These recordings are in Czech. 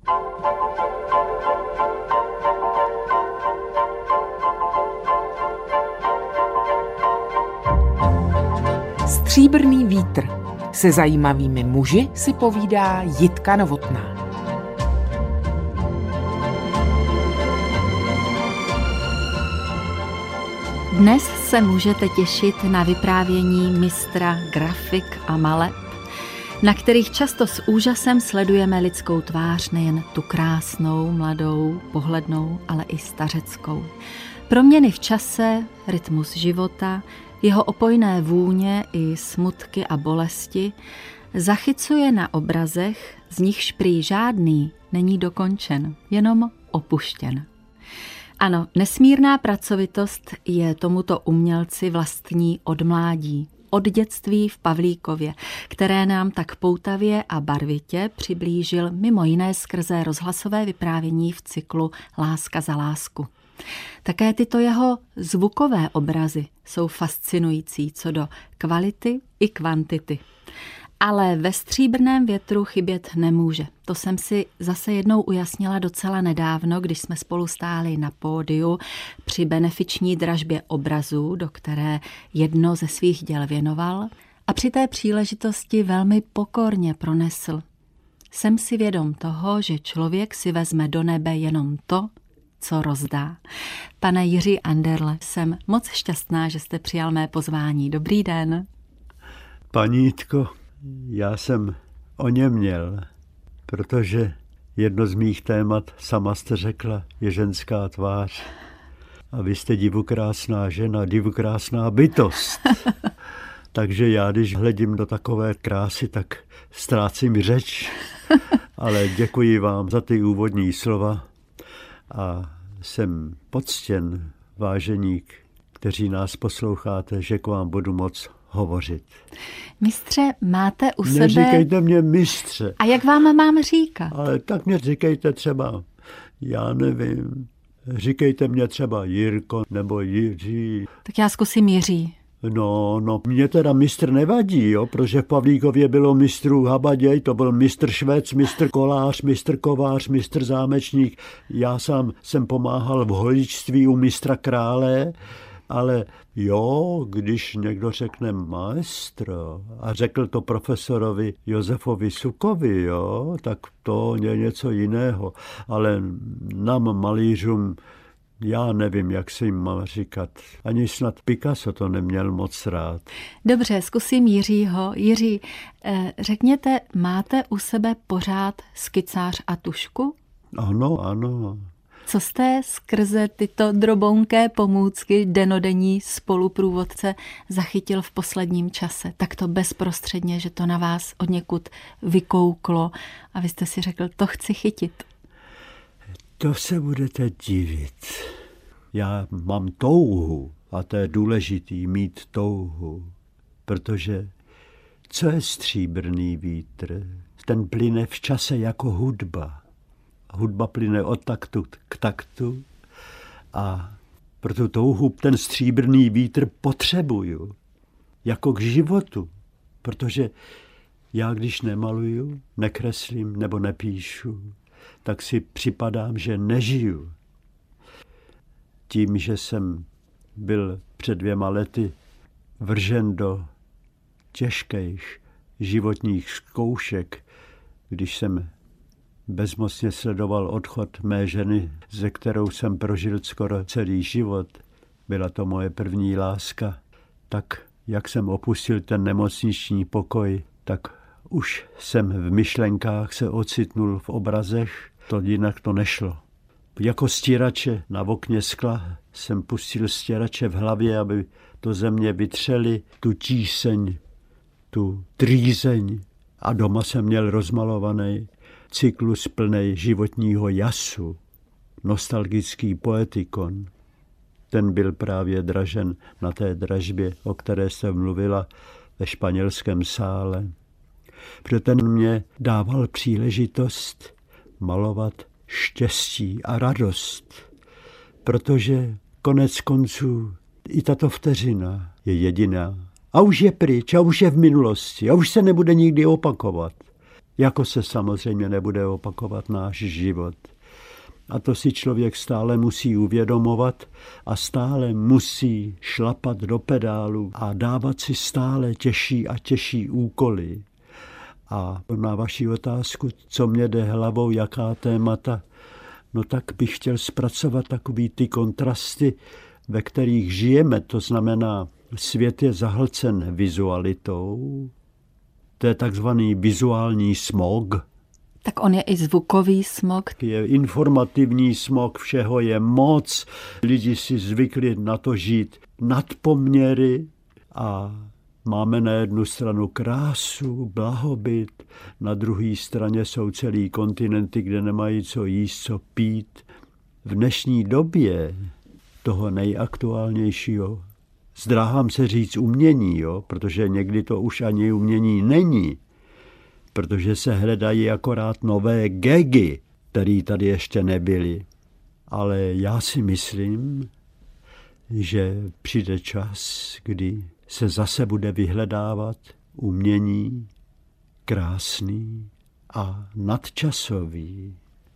Stříbrný vítr. Se zajímavými muži si povídá Jitka Novotná. Dnes se můžete těšit na vyprávění mistra grafik a maleb, na kterých často s úžasem sledujeme lidskou tvář, nejen tu krásnou, mladou, pohlednou, ale i stařeckou. Proměny v čase, rytmus života, jeho opojné vůně i smutky a bolesti zachycuje na obrazech, z nichž prý žádný není dokončen, jenom opuštěn. Ano, nesmírná pracovitost je tomuto umělci vlastní od mládí, od dětství v Pavlíkově, které nám tak poutavě a barvitě přiblížil mimo jiné skrze rozhlasové vyprávění v cyklu Láska za lásku. Také tyto jeho zvukové obrazy jsou fascinující co do kvality i kvantity. Ale ve Stříbrném větru chybět nemůže. To jsem si zase jednou ujasnila docela nedávno, když jsme spolu stáli na pódiu při benefiční dražbě obrazů, do které jedno ze svých děl věnoval, a při té příležitosti velmi pokorně pronesl: jsem si vědom toho, že člověk si vezme do nebe jenom to, co rozdá. Pane Jiří Anderle, jsem moc šťastná, že jste přijal mé pozvání. Dobrý den. Paní Jitko, já jsem oněměl, protože jedno z mých témat, sama jste řekla, je ženská tvář. A vy jste divokrásná žena, divokrásná bytost. Takže já, když hledím do takové krásy, tak ztrácím řeč. Ale děkuji vám za ty úvodní slova a jsem poctěn, vážení, kteří nás posloucháte, že k vám budu moc hovořit. Mistře, máte u sebe... Neříkejte mě mistře. A jak vám mám říkat? Ale tak mě říkejte třeba, já nevím, říkejte mě třeba Jirko nebo Jiří. Tak já zkusím Jiří. No, mě teda mistr nevadí, jo, protože v Pavlíkově bylo mistrů Habaděj, to byl mistr Švec, mistr Kolář, mistr Kovář, mistr Zámečník. Já sám jsem pomáhal v holičství u mistra Krále, ale jo, když někdo řekne maestro a řekl to profesorovi Josefovi Sukovi, jo, tak to je něco jiného. Ale nám malířům, já nevím, jak se jim má říkat. Ani snad Picasso to neměl moc rád. Dobře, zkusím Jiřího. Jiří, řekněte, máte u sebe pořád skicář a tušku? Ano. Co jste skrze tyto drobounké pomůcky denodenní spoluprůvodce zachytil v posledním čase? Tak to bezprostředně, že to na vás odněkud vykouklo a vy jste si řekl, to chci chytit. To se budete divit. Já mám touhu a to je důležitý mít touhu, protože co je stříbrný vítr? Ten plyne v čase jako hudba. Hudba plyne od taktu k taktu a pro tu touhu ten stříbrný vítr potřebuju, jako k životu, protože já když nemaluju, nekreslím nebo nepíšu, tak si připadám, že nežiju. Tím, že jsem byl před 2 lety vržen do těžkých životních zkoušek, když jsem bezmocně sledoval odchod mé ženy, ze kterou jsem prožil skoro celý život. Byla to moje první láska. Tak, jak jsem opustil ten nemocniční pokoj, tak už jsem v myšlenkách se ocitnul v obrazech, to jinak to nešlo. Jako stírače na okně skla jsem pustil stírače v hlavě, aby to ze mě vytřeli tu tíseň, tu trýzeň. A doma jsem měl rozmalovaný cyklus plnej životního jasu, nostalgický poetikon. Ten byl právě dražen na té dražbě, o které jste mluvila ve Španělském sále. Protože ten mě dával příležitost malovat štěstí a radost, protože konec konců i tato vteřina je jediná. A už je pryč, a už je v minulosti, a už se nebude nikdy opakovat. Jako se samozřejmě nebude opakovat náš život. A to si člověk stále musí uvědomovat a stále musí šlapat do pedálu a dávat si stále těžší a těžší úkoly. A na vaši otázku, co mě jde hlavou, jaká témata, no tak bych chtěl zpracovat takový ty kontrasty, ve kterých žijeme, to znamená, svět je zahlcen vizualitou, to je takzvaný vizuální smog. Tak on je i zvukový smog. Je informativní smog, všeho je moc, lidi si zvykli na to žít nad poměry a máme na jednu stranu krásu, blahobyt, na druhé straně jsou celý kontinenty, kde nemají co jíst, co pít. V dnešní době toho nejaktuálnějšího, zdráhám se říct umění, protože někdy to už ani umění není, protože se hledají akorát nové gagy, které tady ještě nebyly. Ale já si myslím, že přijde čas, kdy se zase bude vyhledávat umění krásný a nadčasový.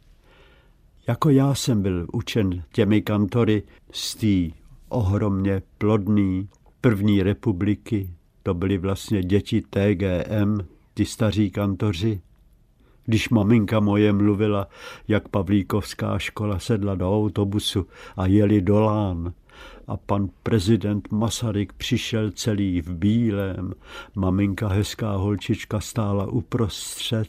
Jako já jsem byl učen těmi kantory z té ohromně plodné první republiky, to byly vlastně děti TGM, ty staří kantoři. Když maminka moje mluvila, jak Pavlíkovská škola, sedla do autobusu a jeli do Lán. A pan prezident Masaryk přišel celý v bílém, maminka hezká holčička stála uprostřed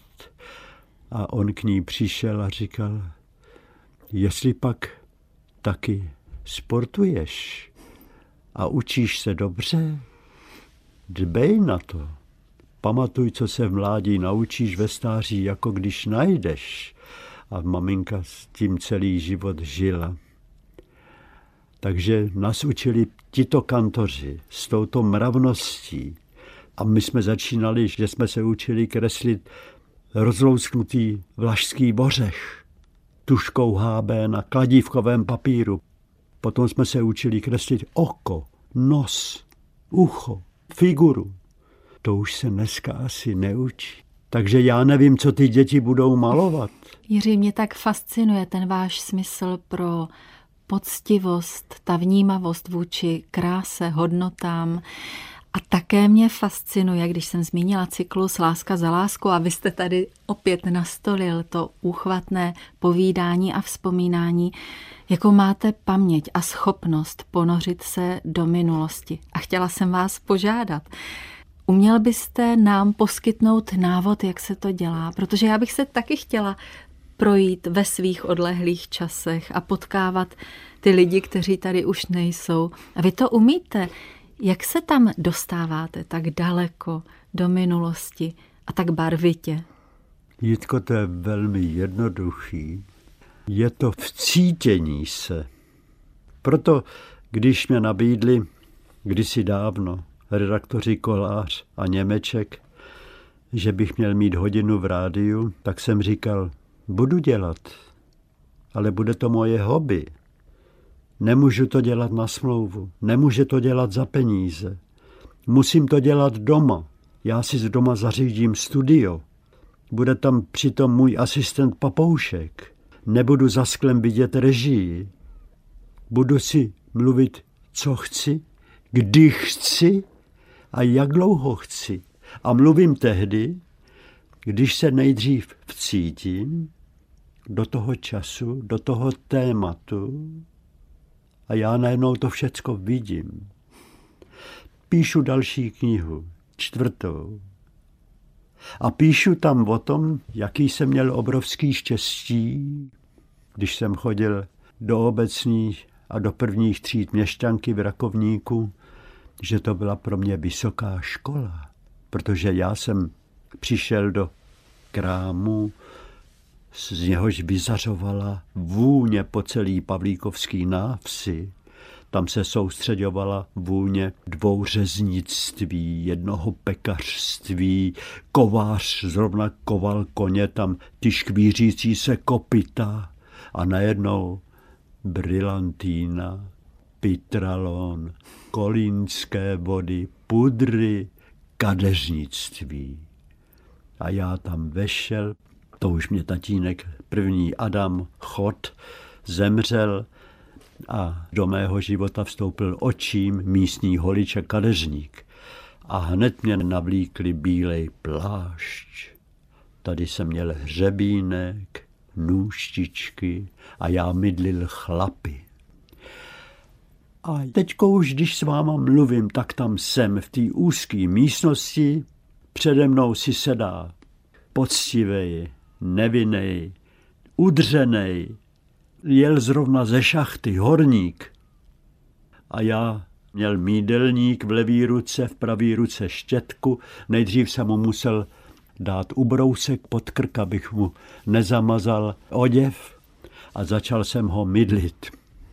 a on k ní přišel a říkal, jestli pak taky sportuješ a učíš se dobře, dbej na to. Pamatuj, co se v mládí naučíš, ve stáří, jako když najdeš. A maminka s tím celý život žila. Takže nás učili tito kantoři s touto mravností. A my jsme začínali, že jsme se učili kreslit rozlousknutý vlašský bořech, tužkou HB na kladívkovém papíru. Potom jsme se učili kreslit oko, nos, ucho, figuru. To už se dneska asi neučí. Takže já nevím, co ty děti budou malovat. Jiří, mě tak fascinuje ten váš smysl pro poctivost, ta vnímavost vůči kráse, hodnotám. A také mě fascinuje, když jsem zmínila cyklus Láska za lásku a vy jste tady opět nastolil to úchvatné povídání a vzpomínání, jakou máte paměť a schopnost ponořit se do minulosti. A chtěla jsem vás požádat, uměl byste nám poskytnout návod, jak se to dělá? Protože já bych se taky chtěla projít ve svých odlehlých časech a potkávat ty lidi, kteří tady už nejsou. A vy to umíte. Jak se tam dostáváte tak daleko do minulosti a tak barvitě? Jitko, to je velmi jednoduchý. Je to v cítění se. Proto, když mě nabídli kdysi dávno redaktoři Kolář a Němeček, že bych měl mít hodinu v rádiu, tak jsem říkal, budu dělat, ale bude to moje hobby. Nemůžu to dělat na smlouvu, nemůžu to dělat za peníze. Musím to dělat doma. Já si z doma zařídím studio. Bude tam přitom můj asistent Papoušek. Nebudu za sklem vidět režii. Budu si mluvit, co chci, kdy chci a jak dlouho chci. A mluvím tehdy, když se nejdřív vcítím do toho času, do toho tématu a já najednou to všecko vidím. Píšu další knihu, 4. A píšu tam o tom, jaký jsem měl obrovský štěstí, když jsem chodil do obecních a do prvních tříd měšťanky v Rakovníku, že to byla pro mě vysoká škola, protože já jsem přišel do krámu, z něhož vyzařovala vůně po celý Pavlíkovský návsi. Tam se soustředovala vůně 2 řeznictví, 1 pekařství, kovář zrovna koval koně, tam ty škvířící se kopyta a najednou brylantína, pitralon, kolínské vody, pudry, kadeřnictví. A já tam vešel, to už mě tatínek první Adam Chod zemřel a do mého života vstoupil očím místní holič a kadeřník. A hned mě navlíkli bílej plášť. Tady jsem měl hřebínek, nůžtičky a já mydlil chlapy. A teďko už, když s váma mluvím, tak tam jsem v té úzké místnosti, přede mnou si sedá poctivej, nevinnej, udřenej, jel zrovna ze šachty, horník. A já měl mídelník v levý ruce, v pravý ruce štětku. Nejdřív jsem mu musel dát ubrousek pod krk, abych mu nezamazal oděv a začal jsem ho mydlit.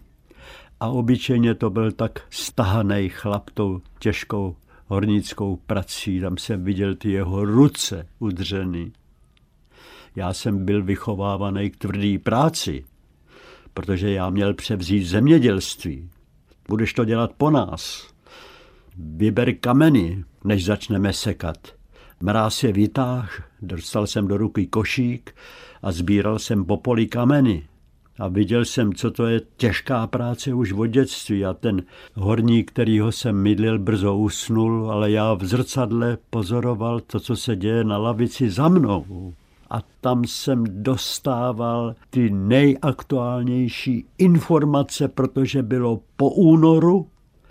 A obyčejně to byl tak stahanej chlap tou těžkou hornickou prací. Tam jsem viděl ty jeho ruce udřený. Já jsem byl vychovávaný k tvrdý práci, protože já měl převzít zemědělství. Budeš to dělat po nás. Vyber kameny, než začneme sekat. Mráz je vytáh, dostal jsem do ruky košík a sbíral jsem po poli kameny. A viděl jsem, co to je těžká práce už od dětství. A ten horník, kterýho jsem mydlil, brzo usnul, ale já v zrcadle pozoroval to, co se děje na lavici za mnou. A tam jsem dostával ty nejaktuálnější informace, protože bylo po únoru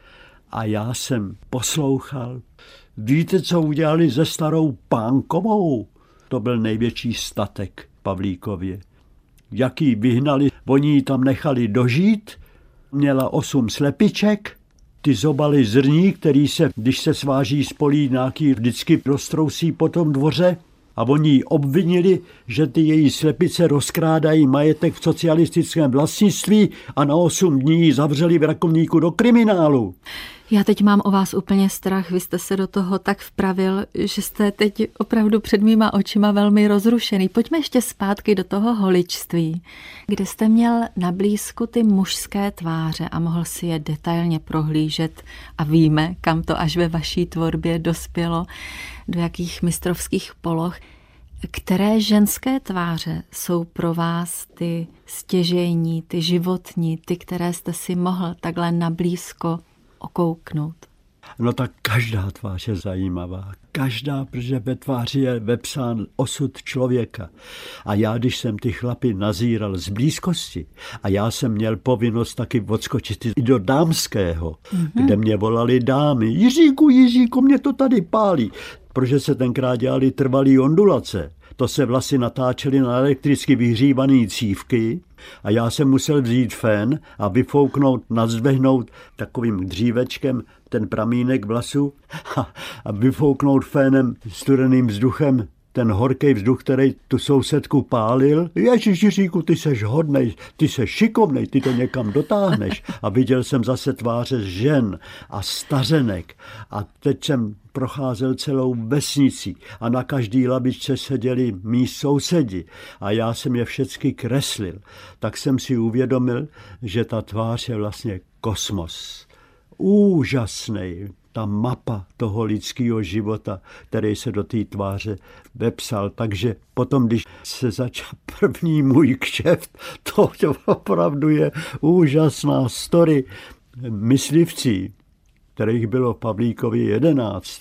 a já jsem poslouchal. Víte, co udělali se starou Pánkovou? To byl největší statek v Pavlíkově. Jak ji vyhnali, oni ji tam nechali dožít, měla 8 slepiček, ty zobaly zrní, který se, když se sváží z polí, nějaký vždycky roztrousí po tom dvoře. A oni ji obvinili, že ty její slepice rozkrádají majetek v socialistickém vlastnictví a na 8 dní ji zavřeli v Rakovníku do kriminálu. Já teď mám o vás úplně strach, vy jste se do toho tak vpravil, že jste teď opravdu před mýma očima velmi rozrušený. Pojďme ještě zpátky do toho holičství, kde jste měl na blízku ty mužské tváře a mohl si je detailně prohlížet a víme, kam to až ve vaší tvorbě dospělo, do jakých mistrovských poloh. Které ženské tváře jsou pro vás ty stěžejní, ty životní, ty, které jste si mohl takhle nablízko okouknout? No tak každá tvář je zajímavá. Každá, protože ve tváři je vepsán osud člověka. A já, když jsem ty chlapy nazíral z blízkosti, a já jsem měl povinnost taky odskočit i do dámského, kde mě volali dámy. Jiříku, mě to tady pálí. Protože se tenkrát dělali trvalý ondulace. To se vlasy natáčely na elektricky vyhřívaný cívky a já jsem musel vzít fén a vyfouknout, nadzvehnout takovým dřívečkem ten pramínek vlasu a vyfouknout fénem studeným vzduchem ten horký vzduch, který tu sousedku pálil. Ježiříku, ty seš hodnej, ty seš šikovnej, ty to někam dotáhneš. A viděl jsem zase tváře žen a stařenek. A teď jsem procházel celou vesnicí a na každý labičce seděli mí sousedi a já jsem je všechny kreslil. Tak jsem si uvědomil, že ta tvář je vlastně kosmos. Úžasnej. Ta mapa toho lidského života, který se do té tváře vepsal. Takže potom, když se začal první můj kšeft, to opravdu je úžasná story. Myslivci, kterých bylo v Pavlíkově 11,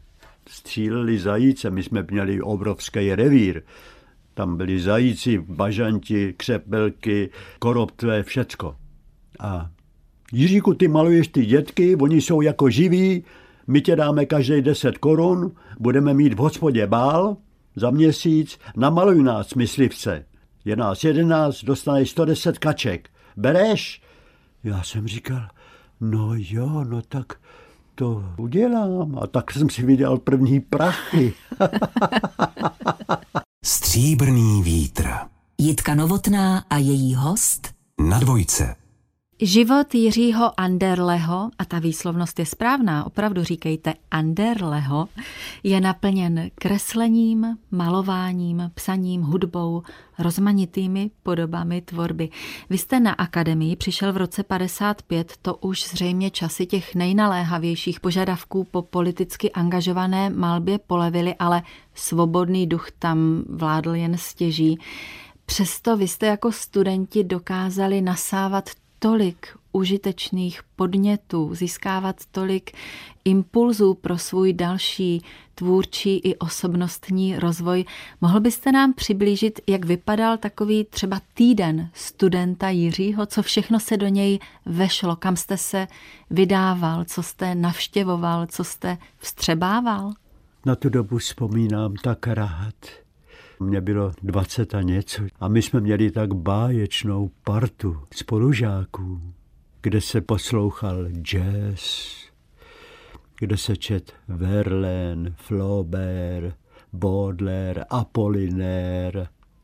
stříleli zajíce. My jsme měli obrovský revír. Tam byli zajíci, bažanti, křepelky, koroptvé, všecko. A Jiříku, ty maluješ ty dětky, oni jsou jako živí, my tě dáme každý 10 korun, budeme mít v hospodě bál za měsíc, namaluj nás, myslivce. Je nás 11, dostaneš 110 kaček. Bereš? Já jsem říkal, no jo, no tak to udělám. A tak jsem si viděl první prachy. Stříbrný vítr. Jitka Novotná a její host Na Dvojce. Život Jiřího Anderleho, a ta výslovnost je správná, opravdu říkejte Anderleho, je naplněn kreslením, malováním, psaním, hudbou, rozmanitými podobami tvorby. Vy jste na akademii přišel v roce 55, to už zřejmě časy těch nejnaléhavějších požadavků po politicky angažované malbě polevily, ale svobodný duch tam vládl jen stěží. Přesto vy jste jako studenti dokázali nasávat tolik užitečných podnětů, získávat tolik impulzů pro svůj další tvůrčí i osobnostní rozvoj. Mohl byste nám přiblížit, jak vypadal takový třeba týden studenta Jiřího, co všechno se do něj vešlo, kam jste se vydával, co jste navštěvoval, co jste vstřebával? Na tu dobu vzpomínám tak rád. Mně bylo 20 a něco a my jsme měli tak báječnou partu spolužáků, kde se poslouchal jazz, kde se čet Verlaine, Flaubert, Baudelaire, Apollinaire,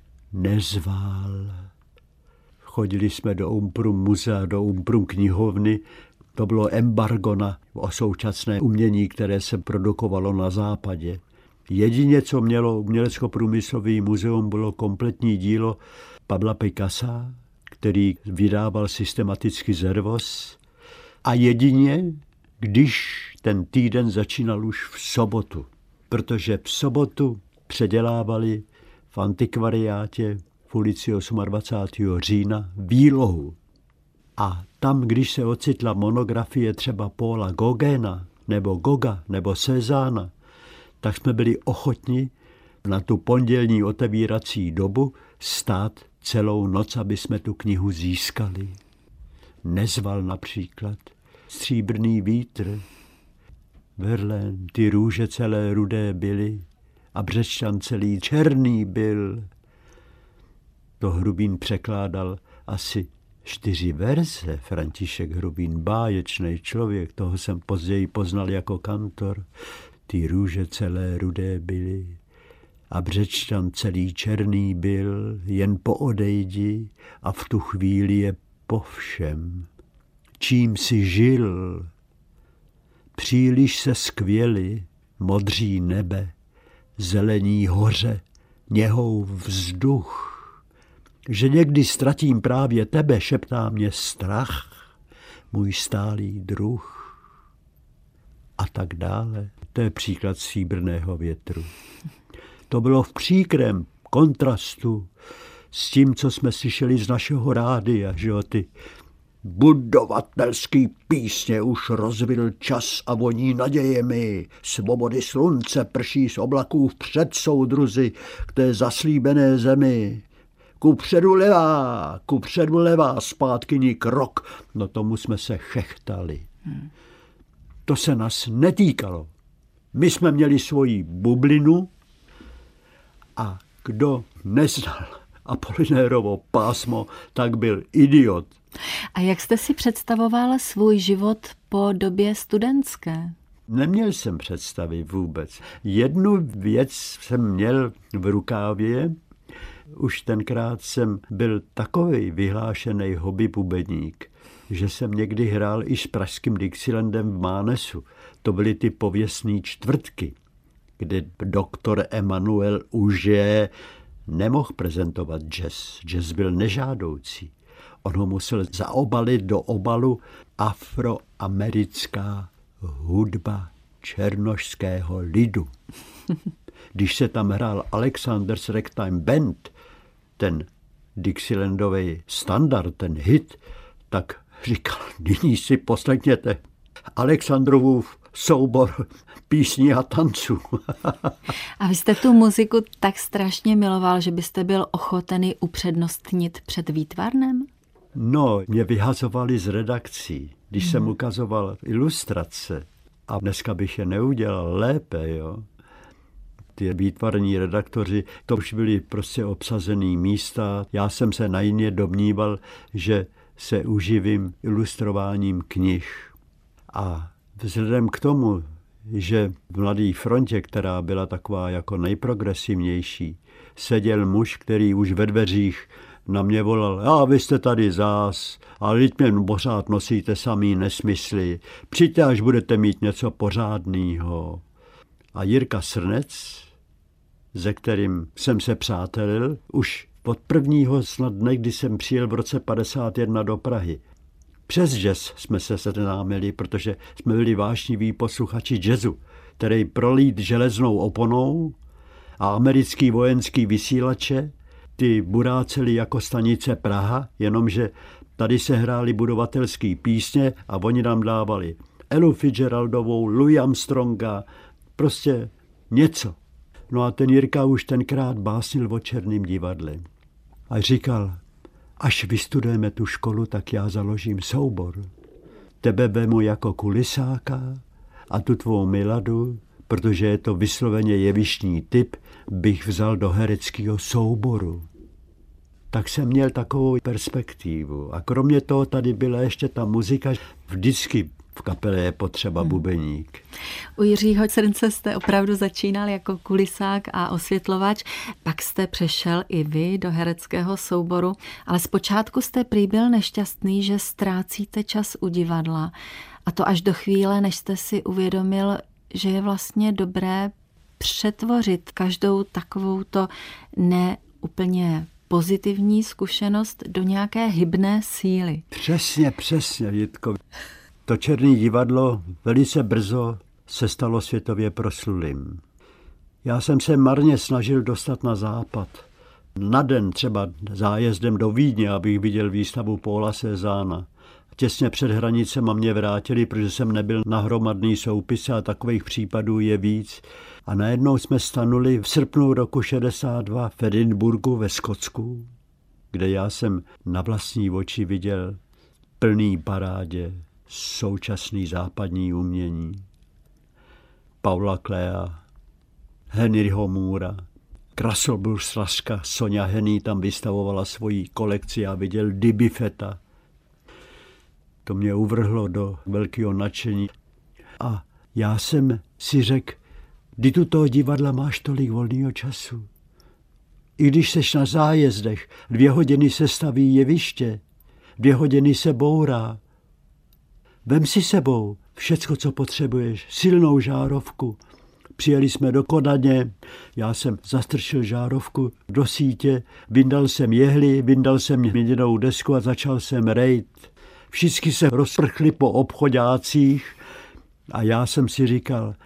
Nezval. Chodili jsme do Umprum muzea, do Umprum knihovny. To bylo embargo na současné umění, které se produkovalo na západě. Jedině, co mělo umělecko-průmyslové muzeum, bylo kompletní dílo Pabla Picassa, který vydával systematicky Zervos. A jedině, když ten týden začínal už v sobotu, protože v sobotu předělávali v antikvariátě v ulici 28. října výlohu. A tam, když se ocitla monografie třeba Paula Gauguina, nebo Goga, nebo Cézanna, tak jsme byli ochotni na tu pondělní otevírací dobu stát celou noc, aby jsme tu knihu získali. Nezval například, Stříbrný vítr, Verlaine, ty růže celé rudé byly a Břečťan celý černý byl. To Hrubín překládal asi 4 verze, František Hrubín, báječný člověk, toho jsem později poznal jako kantor. Ty růže celé rudé byly a Břečťan celý černý byl, jen po odejdi a v tu chvíli je po všem. Čím si žil, příliš se skvěli, modří nebe, zelení hoře, něhou vzduch, že někdy ztratím právě tebe, šeptá mě strach, můj stálý druh. A tak dále. To je příklad Stříbrného větru. To bylo v příkrém kontrastu s tím, co jsme slyšeli z našeho rádia, že jo, ty budovatelský písně už rozvil čas a voní nadějemi. Svobody slunce prší z oblaků vpřed, soudruzi, k té zaslíbené zemi. Kupředu levá, zpátkyní krok. No tomu jsme se chechtali. To se nás netýkalo. My jsme měli svoji bublinu a kdo neznal Apolinérovo pásmo, tak byl idiot. A jak jste si představoval svůj život po době studentské? Neměl jsem představy vůbec. Jednu věc jsem měl v rukávě. Už tenkrát jsem byl takovej vyhlášený hobby bubeník, že jsem někdy hrál i s pražským Dixielandem v Mánesu. To byly ty pověstné čtvrtky, kde doktor Emanuel Auger nemohl prezentovat jazz. Jazz byl nežádoucí. On ho musel zaobalit do obalu afroamerická hudba černošského lidu. Když se tam hrál Alexander's Ragtime Band, ten Dixielandový standard, ten hit, tak říkal, nyní si poslechněte Alexandrovův soubor písní a tanců. A vy jste tu muziku tak strašně miloval, že byste byl ochoten ji upřednostnit před výtvarnem? No, mě vyhazovali z redakcí, když jsem ukazoval ilustrace. A dneska bych je neudělal lépe, jo. Ty výtvarní redaktoři, to už byly prostě obsazený místa. Já jsem se na jině domníval, že se uživím ilustrováním knih. A vzhledem k tomu, že v Mladé frontě, která byla taková jako nejprogresivnější, seděl muž, který už ve dveřích na mě volal, a vy jste tady zás, ale teď mě pořád nosíte samý nesmysly, přijďte, až budete mít něco pořádného. A Jirka Srnec, se kterým jsem se přátelil, už od prvního snad dne, kdy jsem přijel v roce 51 do Prahy. Přes jazz jsme se seznámili, protože jsme byli vášniví posluchači jazzu, který prolít železnou oponou a americký vojenský vysílače, ty buráceli jako stanice Praha, jenomže tady se hrály budovatelský písně a oni nám dávali Elu Fitzgeraldovou, Louis Armstronga, prostě něco. No a ten Jirka už tenkrát básnil o Černém divadle. A říkal, až vystudujeme tu školu, tak já založím soubor. Tebe vemu jako kulisáka a tu tvou Miladu, protože je to vysloveně jevištní typ, bych vzal do hereckého souboru. Tak jsem měl takovou perspektivu. A kromě toho tady byla ještě ta muzika. Vždycky v kapele je potřeba bubeník. U Jiřího Srnce jste opravdu začínal jako kulisák a osvětlovač, pak jste přešel i vy do hereckého souboru, ale zpočátku jste prý byl nešťastný, že ztrácíte čas u divadla. A to až do chvíle, než jste si uvědomil, že je vlastně dobré přetvořit každou takovouto neúplně pozitivní zkušenost do nějaké hybné síly. Přesně, Jitko. To Černé divadlo velice brzo se stalo světově proslulým. Já jsem se marně snažil dostat na západ. Na den třeba zájezdem do Vídně, abych viděl výstavu Paula Cézanna. Těsně před hranicema mě vrátili, protože jsem nebyl na hromadný soupise a takových případů je víc. A najednou jsme stanuli v srpnu roku 62 v Edinburghu ve Skotsku, kde já jsem na vlastní oči viděl plný parádě současný západní umění. Paula Klea, Henryho Moora, krasobruslařka Sonja Henný tam vystavovala svoji kolekci a viděl Diby Feta. To mě uvrhlo do velkého nadšení. A já jsem si řekl, kdy tu toho divadla máš tolik volného času. I když seš na zájezdech, 2 hodiny se staví jeviště, 2 hodiny se bourá. Vem si sebou všecko, co potřebuješ, silnou žárovku. Přijeli jsme do Kodaně, já jsem zastrčil žárovku do sítě, vyndal jsem jehly, vyndal jsem měděnou desku a začal jsem rejt. Všichni se rozprchli po obchodácích a já jsem si říkal,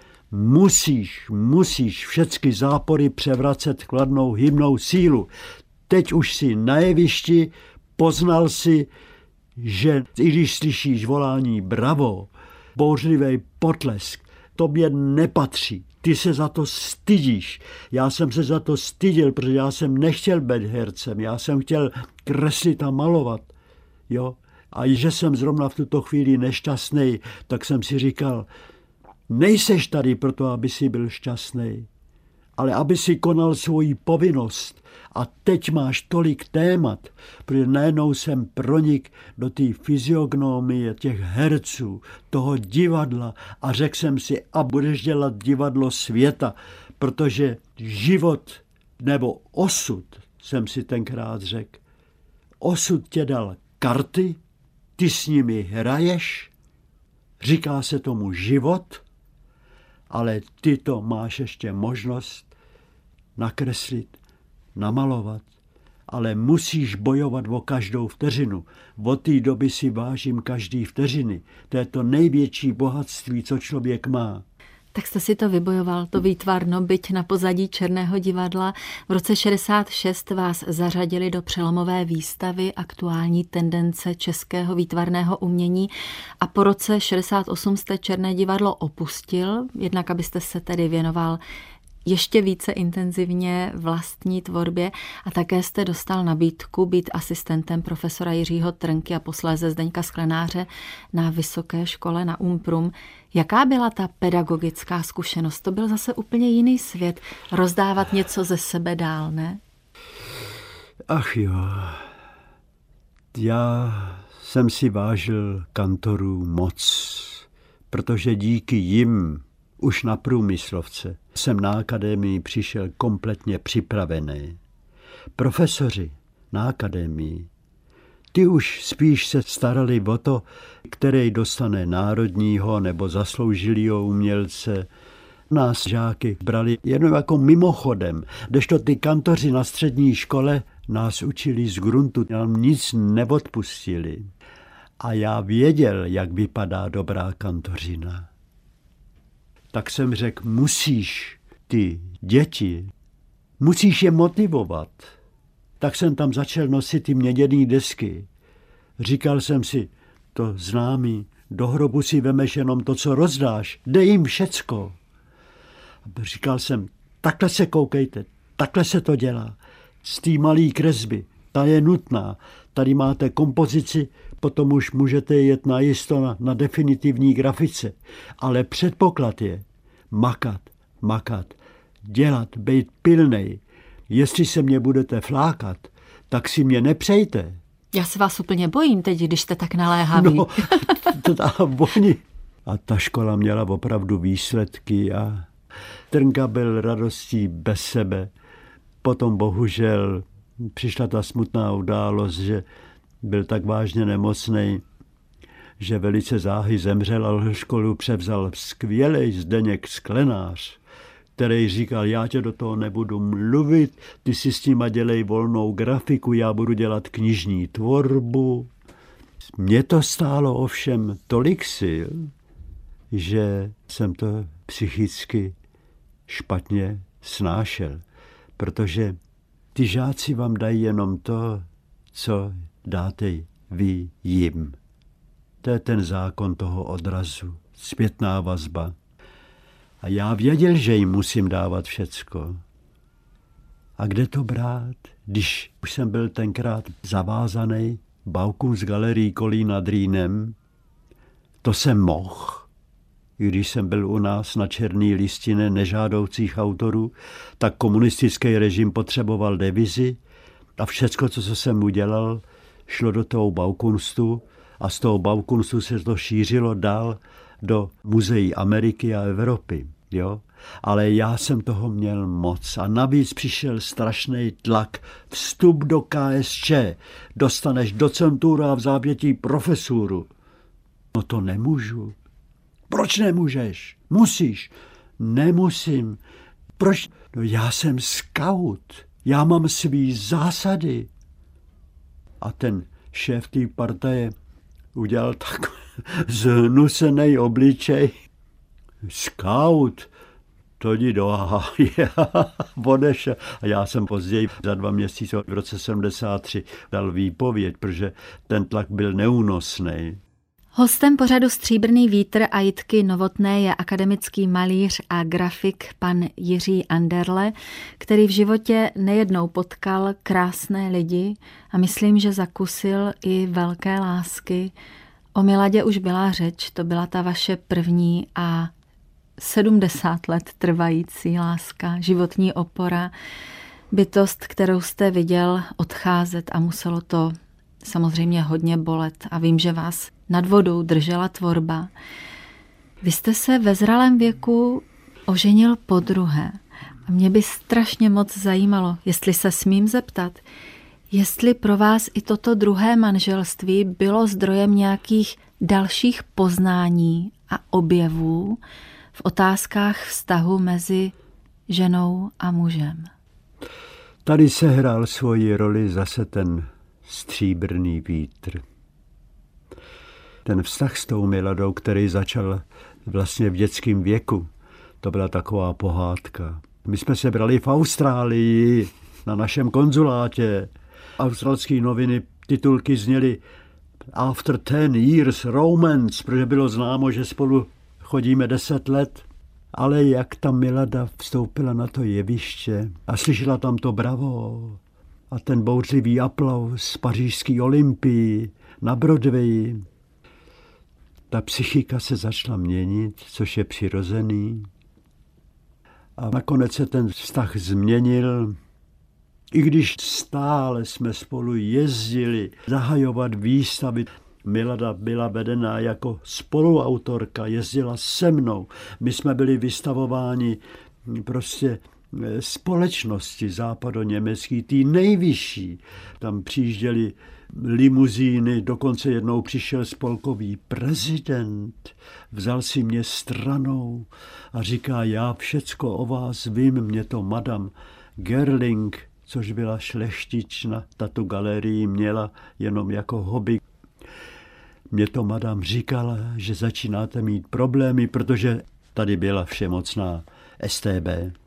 musíš všechny zápory převracet kladnou hybnou sílu. Teď už si na jevišti, poznal si, že i když slyšíš volání bravo, bouřlivý potlesk, tobě nepatří. Ty se za to stydíš. Já jsem se za to styděl, protože já jsem nechtěl být hercem, já jsem chtěl kreslit a malovat. Jo? A že jsem zrovna v tuto chvíli nešťastný, tak jsem si říkal, nejseš tady proto, aby si byl šťastný, ale aby si konal svoji povinnost. A teď máš tolik témat, protože najednou jsem pronik do té fyziognomie těch herců, toho divadla a řekl jsem si, a budeš dělat divadlo světa, protože život nebo osud, jsem si tenkrát řekl, osud tě dal karty, ty s nimi hraješ, říká se tomu život, ale ty to máš ještě možnost nakreslit, namalovat, ale musíš bojovat o každou vteřinu. Od té doby si vážím každý vteřiny. To je to největší bohatství, co člověk má. Tak jste si to vybojoval, to výtvarno, byť na pozadí Černého divadla. V roce 66 vás zařadili do přelomové výstavy Aktuální tendence českého výtvarného umění a po roce 68 jste Černé divadlo opustil, jednak abyste se tedy věnoval ještě více intenzivně vlastní tvorbě a také jste dostal nabídku být asistentem profesora Jiřího Trnky a posléze Zdeňka Sklenáře na vysoké škole na Umprum. Jaká byla ta pedagogická zkušenost? To byl zase úplně jiný svět. Rozdávat něco ze sebe dál, ne? Ach jo, já jsem si vážil kantorů moc, protože díky jim už na průmyslovce jsem na akademii přišel kompletně připravený. Profesoři na akademii. Ty už spíš se starali o to, který dostane národního nebo zasloužilýho umělce. Nás žáky brali jenom jako mimochodem, kdežto ty kantoři na střední škole nás učili z gruntu, nám nic neodpustili. A já věděl, jak vypadá dobrá kantořina. Tak jsem řekl, musíš ty děti, musíš je motivovat. Tak jsem tam začal nosit ty měděný desky. Říkal jsem si, to známý, do hrobu si vemeš jenom to, co rozdáš, dej jim všecko. Říkal jsem, takhle se koukejte, takhle se to dělá. Z té malé kresby, ta je nutná. Tady máte kompozici, potom už můžete jet najisto na definitivní grafice. Ale předpoklad je makat, dělat, být pilnej. Jestli se mě budete flákat, tak si mě nepřejte. Já se vás úplně bojím teď, když jste tak naléhaví. No, oni. A ta škola měla opravdu výsledky a Trnka byl radostí bez sebe. Potom bohužel přišla ta smutná událost, že byl tak vážně nemocnej, že velice záhy zemřel, ale školu převzal skvělej Zdeněk Sklenář, který říkal, já tě do toho nebudu mluvit, ty si s nima dělej volnou grafiku, já budu dělat knižní tvorbu. Mně to stálo ovšem tolik sil, že jsem to psychicky špatně snášel, protože ty žáci vám dají jenom to, co dáte vy jim. To je ten zákon toho odrazu, zpětná vazba. A já věděl, že jim musím dávat všecko. A kde to brát, když už jsem byl tenkrát zavázaný Baukum z galerií Kolín nad Rýnem? To jsem mohl, i když jsem byl u nás na černý listině nežádoucích autorů, tak komunistický režim potřeboval devizi a všecko, co jsem udělal, šlo do toho Baukunstu a z toho Baukunstu se to šířilo dál do muzeí Ameriky a Evropy. Jo? Ale já jsem toho měl moc a navíc přišel strašný tlak. Vstup do KSČ, dostaneš docenturu a v závětí profesuru. No to nemůžu. Proč nemůžeš? Musíš. Nemusím. Proč? No já jsem skaut. Já mám svý zásady. A ten šéf té partaje udělal tak zhnusený obličej. Skaut, to jdi do háje. Odešel. A já jsem později za 2 měsíce v roce 73 dal výpověď, protože ten tlak byl neúnosný. Hostem pořadu Stříbrný vítr a Jitky Novotné je akademický malíř a grafik pan Jiří Anderle, který v životě nejednou potkal krásné lidi a myslím, že zakusil i velké lásky. O Miladě už byla řeč, to byla ta vaše první a 70 let trvající láska, životní opora, bytost, kterou jste viděl odcházet a muselo to samozřejmě hodně bolet a vím, že vás nad vodou držela tvorba. Vy jste se ve zralém věku oženil podruhé a mě by strašně moc zajímalo, jestli se smím zeptat, jestli pro vás i toto druhé manželství bylo zdrojem nějakých dalších poznání a objevů v otázkách vztahu mezi ženou a mužem. Tady se hrál svoji roli zase ten stříbrný vítr. Ten vztah s tou Miladou, který začal vlastně v dětském věku, to byla taková pohádka. My jsme se brali v Austrálii, na našem konzulátě. Australské noviny titulky zněly After 10 years romance, protože bylo známo, že spolu chodíme 10 let. Ale jak ta Milada vstoupila na to jeviště a slyšela tam to bravo a ten bouřlivý aplaus z pařížské Olympii na Broadwayi, ta psychika se začala měnit, což je přirozený. A nakonec se ten vztah změnil. I když stále jsme spolu jezdili zahajovat výstavy, Milada byla vedená jako spoluautorka, jezdila se mnou. My jsme byli vystavováni prostě společnosti západoněmecký, tý nejvyšší. Tam přijížděli limuzíny, dokonce jednou přišel spolkový prezident, vzal si mě stranou a říká, já všecko o vás vím, mě to madam Gerling, což byla šlechtična, tato galerii měla jenom jako hobby. Mě to madam říkala, že začínáte mít problémy, protože tady byla všemocná StB.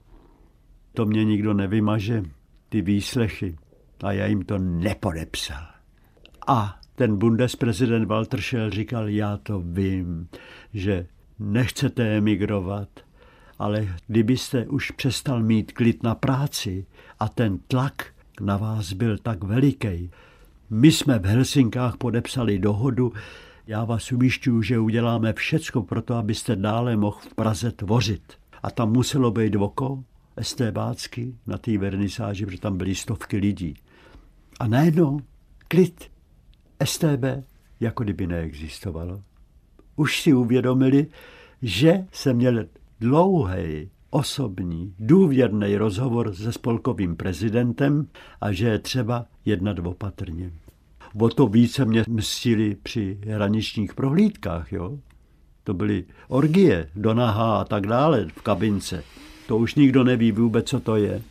To mě nikdo nevymaže, ty výslechy. A já jim to nepodepsal. A ten bundesprezident Walter Scheel říkal, já to vím, že nechcete emigrovat, ale kdybyste už přestal mít klid na práci a ten tlak na vás byl tak veliký. My jsme v Helsinkách podepsali dohodu, já vás ujišťuju, že uděláme všecko pro to, abyste dále mohl v Praze tvořit. A tam muselo být oko estébácky na té vernisáži, protože tam byly stovky lidí. A najednou klid. StB jako kdyby neexistovalo. Už si uvědomili, že jsem měl dlouhý, osobní, důvěrný rozhovor se spolkovým prezidentem a že je třeba jednat opatrně. O to více mě mstili při hraničních prohlídkách. Jo? To byly orgie, donaha a tak dále v kabince. To už nikdo neví vůbec, co to je.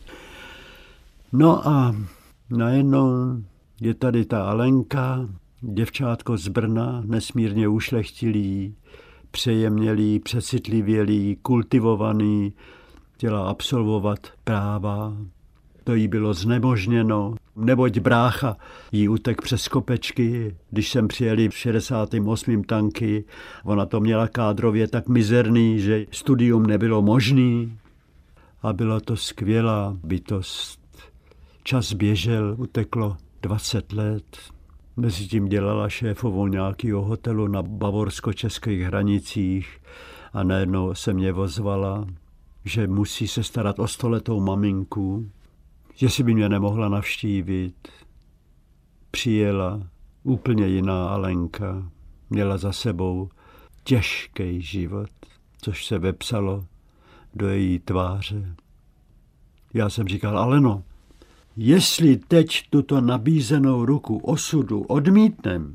No a najednou je tady ta Alenka, děvčátko z Brna, nesmírně ušlechtilý, přejemnělý, přecitlivělý, kultivovaný, chtěla absolvovat práva. To jí bylo znemožněno, neboť brácha jí utek přes kopečky, když sem přijeli v 68. tanky. Ona to měla kádrově tak mizerný, že studium nebylo možný. A byla to skvělá bytost. Čas běžel, uteklo 20 let. Mezitím dělala šéfovou nějakého hotelu na bavorsko-českých hranicích a najednou se mě ozvala, že musí se starat o 100letou maminku, že si by mě nemohla navštívit. Přijela úplně jiná Alenka, měla za sebou těžký život, což se vepsalo do její tváře. Já jsem říkal, Aleno, jestli teď tuto nabízenou ruku osudu odmítnem,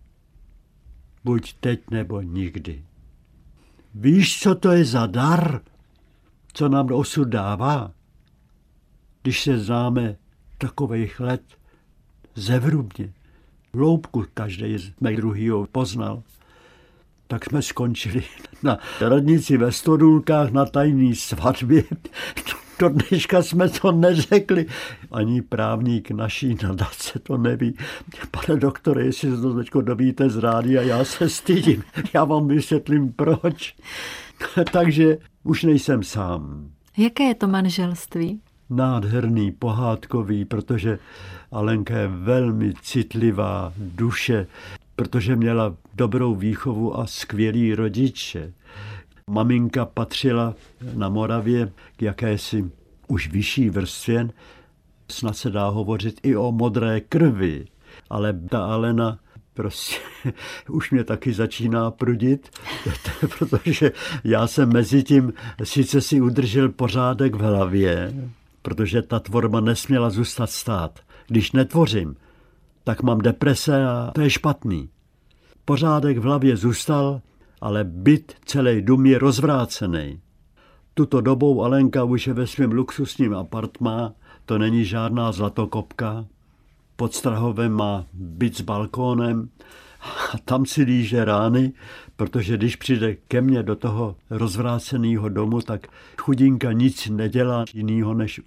buď teď nebo nikdy. Víš, co to je za dar, co nám osud dává? Když se známe takových let zevrubně, hloubku každý z mých druhýho poznal, tak jsme skončili na radnici ve Stodůlkách na tajný svatbě. Do dneška jsme to neřekli. Ani právník naší nadace to neví. Pane doktore, jestli se to teď dovíte z rádia, já se stydím. Já vám vysvětlím proč. Takže už nejsem sám. Jaké je to manželství? Nádherný, pohádkový, protože Alenka je velmi citlivá duše, protože měla dobrou výchovu a skvělý rodiče. Maminka patřila na Moravě k jakési už vyšší vrstvě, snad se dá hovořit i o modré krvi, ale ta Alena prostě už mě taky začíná prudit, protože já jsem mezi tím sice si udržel pořádek v hlavě, protože ta tvorba nesměla zůstat stát. Když netvořím, tak mám deprese a to je špatný. Pořádek v hlavě zůstal, ale byt celý dům je rozvrácený. Tuto dobou Alenka už je ve svém luxusním apartmá, to není žádná zlatokopka. Pod Strahovem má byt s balkónem a tam si líže rány, protože když přijde ke mně do toho rozvráceného domu, tak chudinka nic nedělá jinýho, než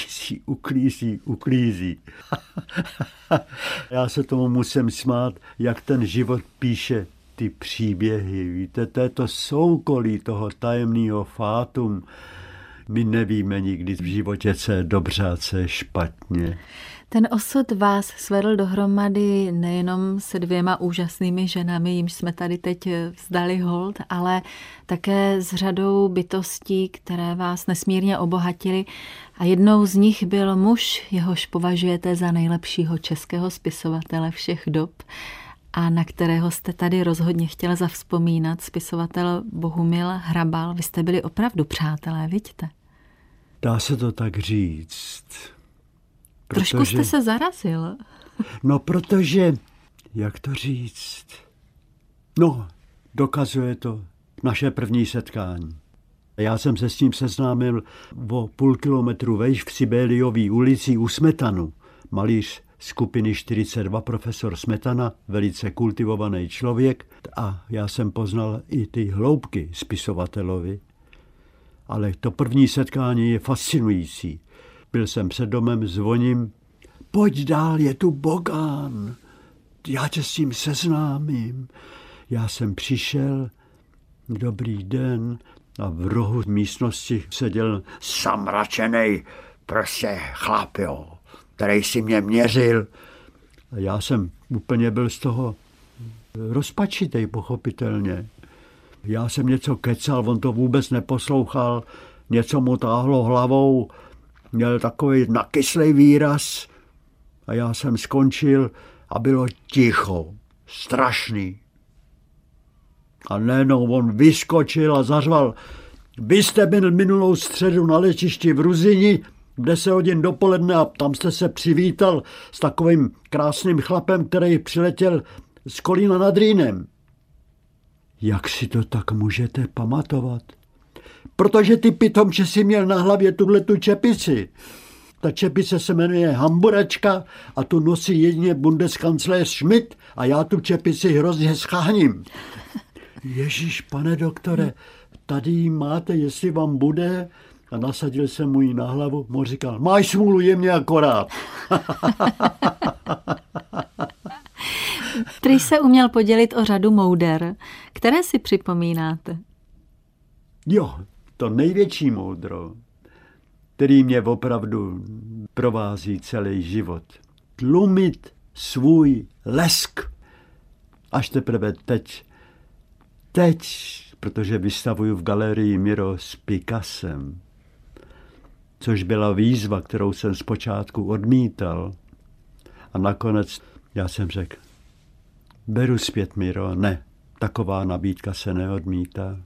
uklízí. Já se tomu musím smát, jak ten život píše ty příběhy. Víte, to je to soukolí toho tajemného fátum. My nevíme nikdy v životě, co je dobře a co je špatně. Ten osud vás svedl dohromady nejenom se 2 úžasnými ženami, jimž jsme tady teď vzdali hold, ale také s řadou bytostí, které vás nesmírně obohatily. A jednou z nich byl muž, jehož považujete za nejlepšího českého spisovatele všech dob a na kterého jste tady rozhodně chtěla zavzpomínat, spisovatel Bohumil Hrabal. Vy jste byli opravdu přátelé, vidíte? Dá se to tak říct. Trošku jste se zarazil. No, protože, jak to říct? No, dokazuje to naše první setkání. Já jsem se s tím seznámil o půl kilometru vejš v Sibeliové ulici u Smetanu. Malíř skupiny 42, profesor Smetana, velice kultivovaný člověk, a já jsem poznal i ty hloubky spisovatelovi. Ale to první setkání je fascinující. Byl jsem před domem, zvoním, pojď dál, je tu Bogán, já tě s tím seznámím. Já jsem přišel, dobrý den, a v rohu místnosti seděl samračenej, prostě chlap, jo, který si mě měřil. A já jsem úplně byl z toho rozpačitej, pochopitelně. Já jsem něco kecal, on to vůbec neposlouchal, něco mu táhlo hlavou, měl takový nakyslej výraz a já jsem skončil a bylo ticho, strašný. A najednou on vyskočil a zařval, vy jste byl minulou středu na letišti v Ruzini, v 10 hodin dopoledne a tam jste se přivítal s takovým krásným chlapem, který přiletěl z Kolína nad Rýnem. Jak si to tak můžete pamatovat? Protože ty pitomče si měl na hlavě tuhletu čepici. Ta čepice se jmenuje Hamburačka a tu nosí jedině Bundeskancléř Schmidt a já tu čepici hrozně scháním. Ježíš, pane doktore, tady ji máte, jestli vám bude. A nasadil jsem mu ji na hlavu. Mu říkal, máš smůlu, je mě akorát. Prý se uměl podělit o řadu mouder. Které si připomínáte? Jo, to největší moudro, který mě opravdu provází celý život. Tlumit svůj lesk. Až teprve teď, protože vystavuju v galerii Miro s Picassem, což byla výzva, kterou jsem zpočátku odmítal. A nakonec já jsem řekl, beru zpět, Miro, ne, taková nabídka se neodmítá.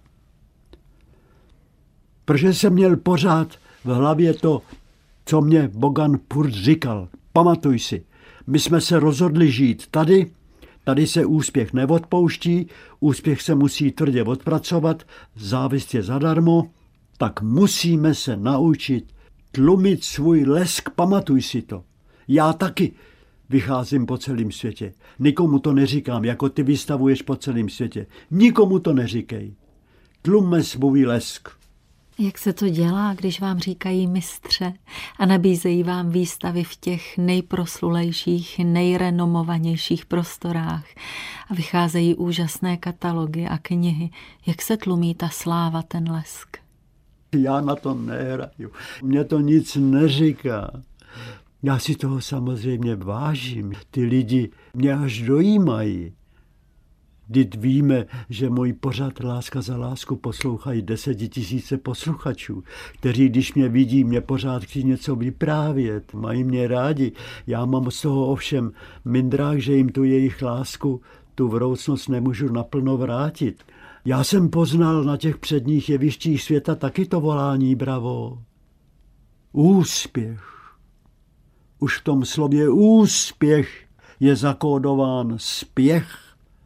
Protože jsem měl pořád v hlavě to, co mě Bogan furt říkal. Pamatuj si, my jsme se rozhodli žít tady se úspěch neodpouští, úspěch se musí tvrdě odpracovat, závist je zadarmo, tak musíme se naučit tlumit svůj lesk, pamatuj si to. Já taky vycházím po celém světě. Nikomu to neříkám, jako ty vystavuješ po celém světě. Nikomu to neříkej. Tlumme svůj lesk. Jak se to dělá, když vám říkají mistře a nabízejí vám výstavy v těch nejproslulejších, nejrenomovanějších prostorách a vycházejí úžasné katalogy a knihy. Jak se tlumí ta sláva, ten lesk? Já na to nehraju. Mně to nic neříká. Já si toho samozřejmě vážím. Ty lidi mě až dojímají. Vždyť víme, že můj pořad Láska za lásku poslouchají 10 000 posluchačů, kteří, když mě vidí, mě pořád chtějí něco vyprávět, mají mě rádi. Já mám z toho ovšem mindrák, že jim tu jejich lásku, tu vroucnost nemůžu naplno vrátit. Já jsem poznal na těch předních jevištích světa taky to volání bravo. Úspěch. Už v tom slově úspěch je zakódován spěch.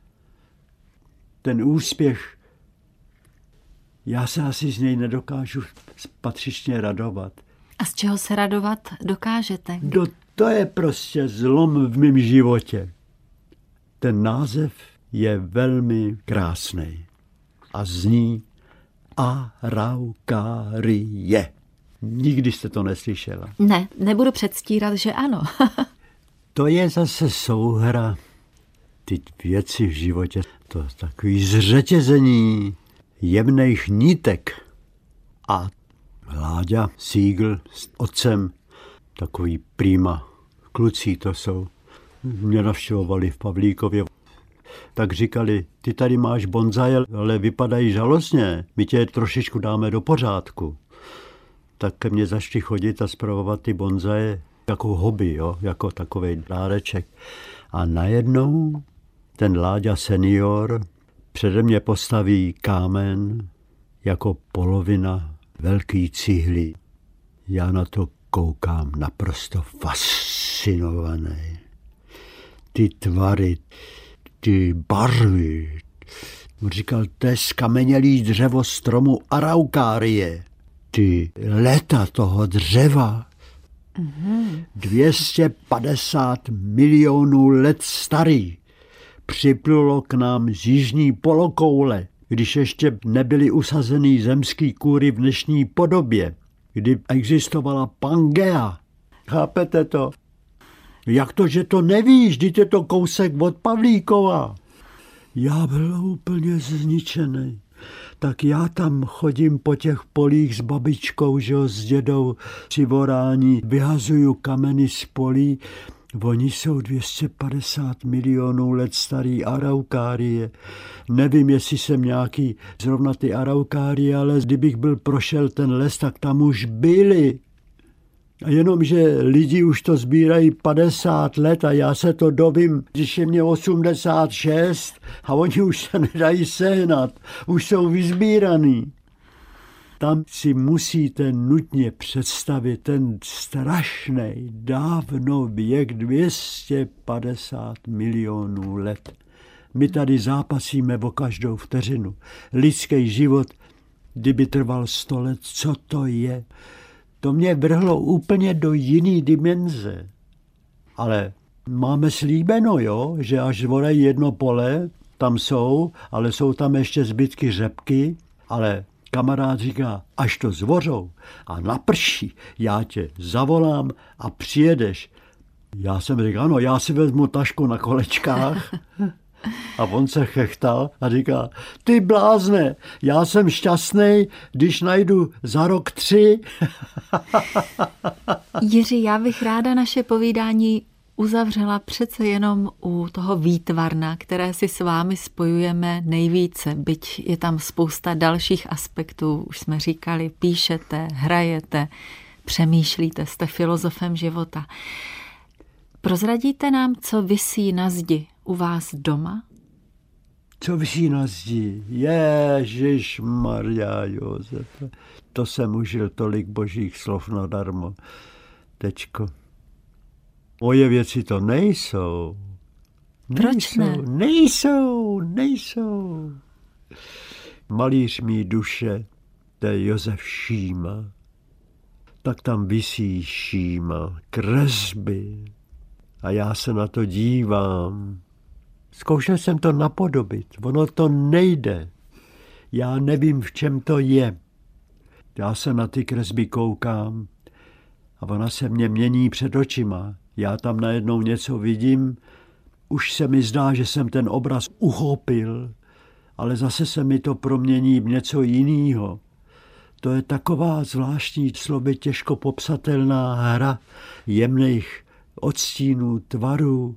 Ten úspěch, já se asi z něj nedokážu patřičně radovat. A z čeho se radovat dokážete? To je prostě zlom v mém životě. Ten název je velmi krásný a zní Araukarie. Nikdy jste to neslyšela. Ne, nebudu předstírat, že ano. To je zase souhra. Ty věci v životě, to takový zřetězení jemných nítek. A Láďa Siegl s otcem, takový prima kluci to jsou, mě navštěvovali v Pavlíkově. Tak říkali, ty tady máš bonzaje, ale vypadají žalostně, my tě trošičku dáme do pořádku. Tak ke mně začali chodit a spravovat ty bonzaje jako hobby, jo? Jako takovej dáreček. A najednou ten Láďa senior přede mě postaví kámen jako polovina velký cihly. Já na to koukám naprosto fascinovaný. Ty tvary, ty barvy. Říkal, to je skamenělý dřevo stromu araukárie. Ty leta toho dřeva. 250 milionů let starý. Připlulo k nám z jižní polokoule, když ještě nebyly usazený zemský kůry v dnešní podobě, kdy existovala Pangea. Chápete to? Jak to, že to nevíš, vždyť je to kousek od Pavlíkova. Já byl úplně zničený. Tak já tam chodím po těch polích s babičkou, že jo, s dědou při vorání, vyhazuju kameny z polí. Oni jsou 250 milionů let starý araukárie. Nevím, jestli jsem nějaký zrovna ty araukárie, ale kdybych byl prošel ten les, tak tam už byli. A jenom, že lidi už to sbírají 50 let a já se to dovím, když je mě 86 a oni už se nedají sehnat, už jsou vyzbíraný. Tam si musíte nutně představit ten strašný dávno věk 250 milionů let. My tady zápasíme o každou vteřinu. Lidský život, kdyby trval 100 let, co to je? To mě vrhlo úplně do jiný dimenze. Ale máme slíbeno, jo, že až zvorají jedno pole, tam jsou, ale jsou tam ještě zbytky řepky, ale kamarád říká, až to zvořou a naprší, já tě zavolám a přijedeš. Já jsem říkal, ano, já si vezmu tašku na kolečkách. A on se chechtal a říká, ty blázne, já jsem šťastný, když najdu za rok 3. Jiří, já bych ráda naše povídání uzavřela přece jenom u toho výtvarna, které si s vámi spojujeme nejvíce, byť je tam spousta dalších aspektů. Už jsme říkali, píšete, hrajete, přemýšlíte, jste filozofem života. Prozradíte nám, co visí na zdi u vás doma? Co visí na zdi? Ježišmarja Josefe. To jsem užil tolik božích slov nadarmo. Tečko. Moje věci to nejsou. Proč ne? Nejsou. Malíř mý duše, to je Josef Šíma. Tak tam visí Šíma, kresby. A já se na to dívám. Zkoušel jsem to napodobit. Ono to nejde. Já nevím, v čem to je. Já se na ty kresby koukám a ona se mě mění před očima. Já tam najednou něco vidím. Už se mi zdá, že jsem ten obraz uchopil, ale zase se mi to promění v něco jiného. To je taková zvláštní, slovy těžko popsatelná hra jemných odstínů, tvarů.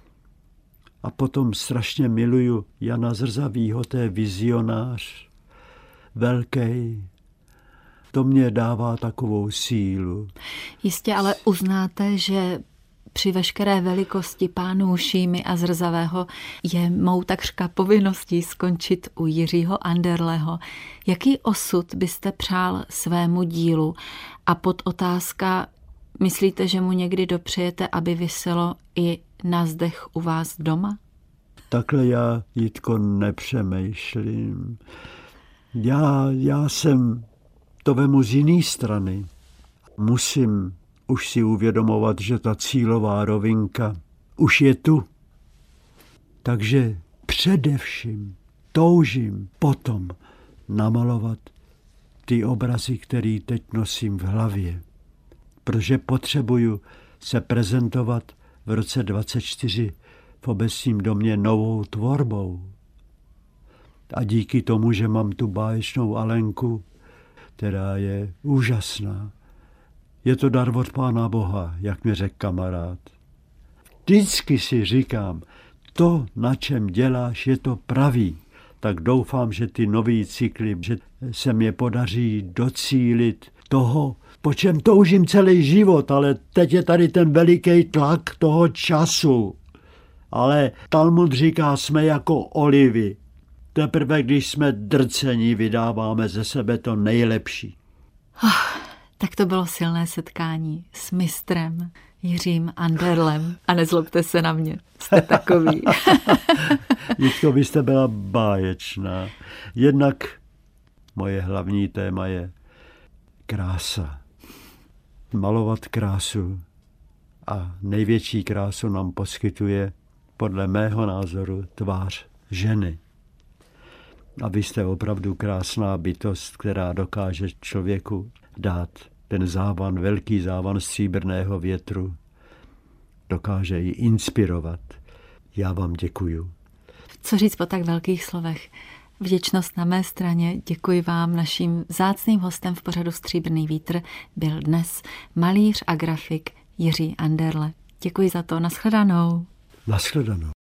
A potom strašně miluju Jana Zrzavýho, to je vizionář, velký. To mě dává takovou sílu. Jistě, ale uznáte, že při veškeré velikosti pánů Šímy a Zrzavého je mou takřka povinností skončit u Jiřího Anderleho. Jaký osud byste přál svému dílu? A podotázka, myslíte, že mu někdy dopřejete, aby viselo i na zdech u vás doma? Takhle já, Jitko, nepřemýšlím. Já jsem to vemu z jiné strany. Musím už si uvědomovat, že ta cílová rovinka už je tu. Takže především toužím potom namalovat ty obrazy, které teď nosím v hlavě. Protože potřebuju se prezentovat v roce 24 v Obecním domě novou tvorbou. A díky tomu, že mám tu báječnou Alenku, která je úžasná. Je to dar od Pána Boha, jak mi řekl kamarád. Vždycky si říkám, to, na čem děláš, je to pravý. Tak doufám, že ty nový cykly, že se mě podaří docílit toho, po čem toužím celý život, ale teď je tady ten veliký tlak toho času. Ale Talmud říká, jsme jako olivy. Teprve, když jsme drcení, vydáváme ze sebe to nejlepší. Tak to bylo silné setkání s mistrem Jiřím Anderlem. A nezlobte se na mě, jste takový. Jitko, vy jste byla báječná. Jednak moje hlavní téma je krása. Malovat krásu. A největší krásu nám poskytuje, podle mého názoru, tvář ženy. A vy jste opravdu krásná bytost, která dokáže člověku dát ten závan, velký závan stříbrného větru. Dokáže ji inspirovat. Já vám děkuju. Co říct po tak velkých slovech? Vděčnost na mé straně. Děkuji vám. Naším vzácným hostem v pořadu Stříbrný vítr byl dnes malíř a grafik Jiří Anderle. Děkuji za to. Nashledanou. Nashledanou.